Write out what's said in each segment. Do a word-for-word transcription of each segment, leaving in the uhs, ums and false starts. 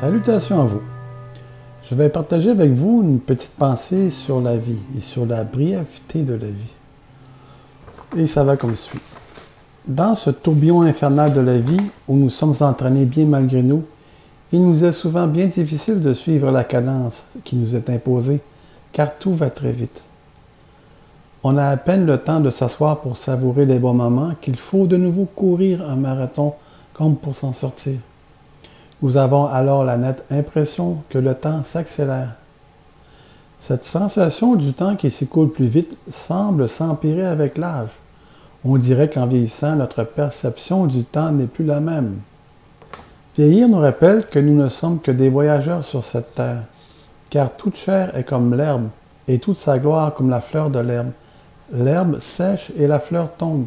Salutations à vous. Je vais partager avec vous une petite pensée sur la vie et sur la brièveté de la vie. Et ça va comme suit. Dans ce tourbillon infernal de la vie, où nous sommes entraînés bien malgré nous, il nous est souvent bien difficile de suivre la cadence qui nous est imposée, car tout va très vite. On a à peine le temps de s'asseoir pour savourer les bons moments qu'il faut de nouveau courir un marathon comme pour s'en sortir. Nous avons alors la nette impression que le temps s'accélère. Cette sensation du temps qui s'écoule plus vite semble s'empirer avec l'âge. On dirait qu'en vieillissant, notre perception du temps n'est plus la même. Vieillir nous rappelle que nous ne sommes que des voyageurs sur cette terre, car toute chair est comme l'herbe, et toute sa gloire comme la fleur de l'herbe. L'herbe sèche et la fleur tombe.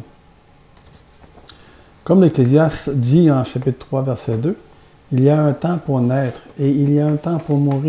Comme l'Ecclésiaste dit en chapitre trois, verset deux, « Il y a un temps pour naître et il y a un temps pour mourir. »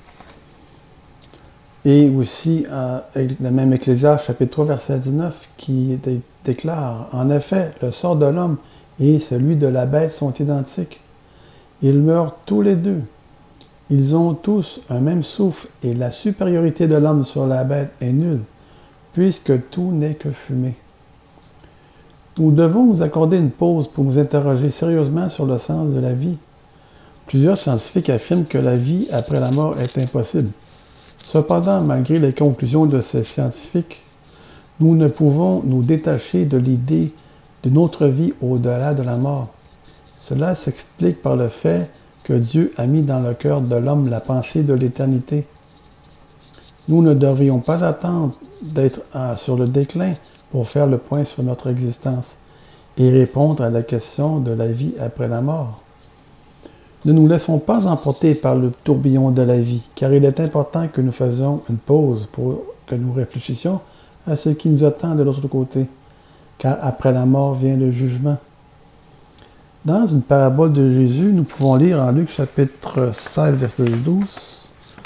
Et aussi, euh, le même Ecclésiaste, chapitre trois, verset dix-neuf, qui dé- déclare, « En effet, le sort de l'homme et celui de la bête sont identiques. Ils meurent tous les deux. Ils ont tous un même souffle et la supériorité de l'homme sur la bête est nulle, puisque tout n'est que fumée. » Nous devons nous accorder une pause pour nous interroger sérieusement sur le sens de la vie. Plusieurs scientifiques affirment que la vie après la mort est impossible. Cependant, malgré les conclusions de ces scientifiques, nous ne pouvons nous détacher de l'idée d'une autre vie au-delà de la mort. Cela s'explique par le fait que Dieu a mis dans le cœur de l'homme la pensée de l'éternité. Nous ne devrions pas attendre d'être sur le déclin pour faire le point sur notre existence et répondre à la question de la vie après la mort. Ne nous laissons pas emporter par le tourbillon de la vie, car il est important que nous faisions une pause pour que nous réfléchissions à ce qui nous attend de l'autre côté, car après la mort vient le jugement. Dans une parabole de Jésus, nous pouvons lire en Luc chapitre seize, verset douze,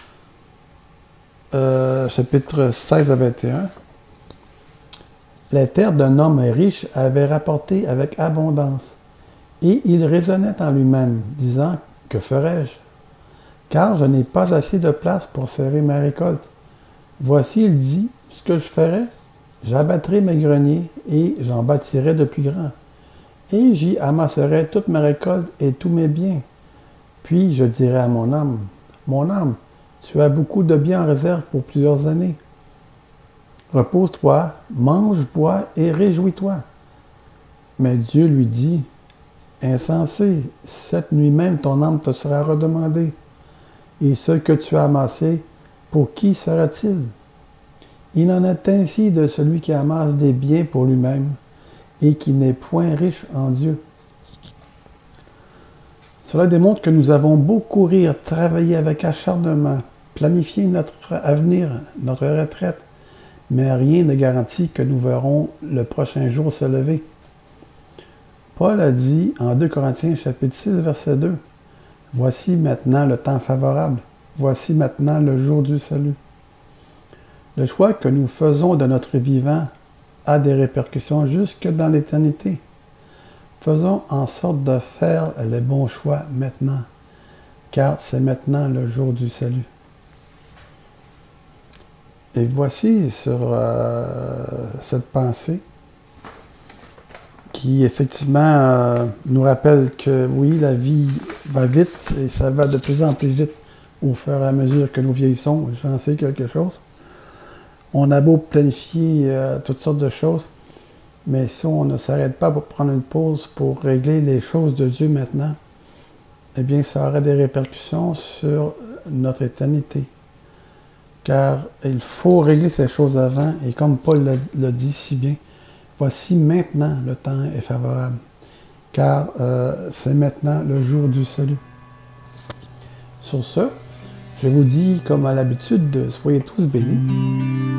euh, chapitre seize à vingt et un. Les terres d'un homme riche avaient rapporté avec abondance, et il raisonnait en lui-même, disant, « Que ferai-je? Car je n'ai pas assez de place pour serrer ma récolte. Voici, il dit, ce que je ferai, j'abattrai mes greniers, et j'en bâtirai de plus grands. Et j'y amasserai toute ma récolte et tous mes biens. Puis je dirai à mon âme, « Mon âme, tu as beaucoup de biens en réserve pour plusieurs années. Repose-toi, mange, bois et réjouis-toi. » Mais Dieu lui dit, « Insensé, cette nuit même ton âme te sera redemandée. Et ce que tu as amassé, pour qui sera-t-il? Il en est ainsi de celui qui amasse des biens pour lui-même et qui n'est point riche en Dieu. » Cela démontre que nous avons beau courir, travailler avec acharnement, planifier notre avenir, notre retraite, mais rien ne garantit que nous verrons le prochain jour se lever. Paul a dit en deux Corinthiens chapitre six, verset deux, « Voici maintenant le temps favorable, voici maintenant le jour du salut. » Le choix que nous faisons de notre vivant a des répercussions jusque dans l'éternité. Faisons en sorte de faire les bons choix maintenant, car c'est maintenant le jour du salut. Et voici sur euh, cette pensée qui effectivement euh, nous rappelle que oui, la vie va vite et ça va de plus en plus vite au fur et à mesure que nous vieillissons. J'en sais quelque chose. On a beau planifier euh, toutes sortes de choses, mais si on ne s'arrête pas pour prendre une pause pour régler les choses de Dieu maintenant, eh bien, ça aura des répercussions sur notre éternité. Car il faut régler ces choses avant, et comme Paul l'a, l'a dit si bien, voici maintenant le temps est favorable, car euh, c'est maintenant le jour du salut. Sur ce, je vous dis, comme à l'habitude, soyez tous bénis.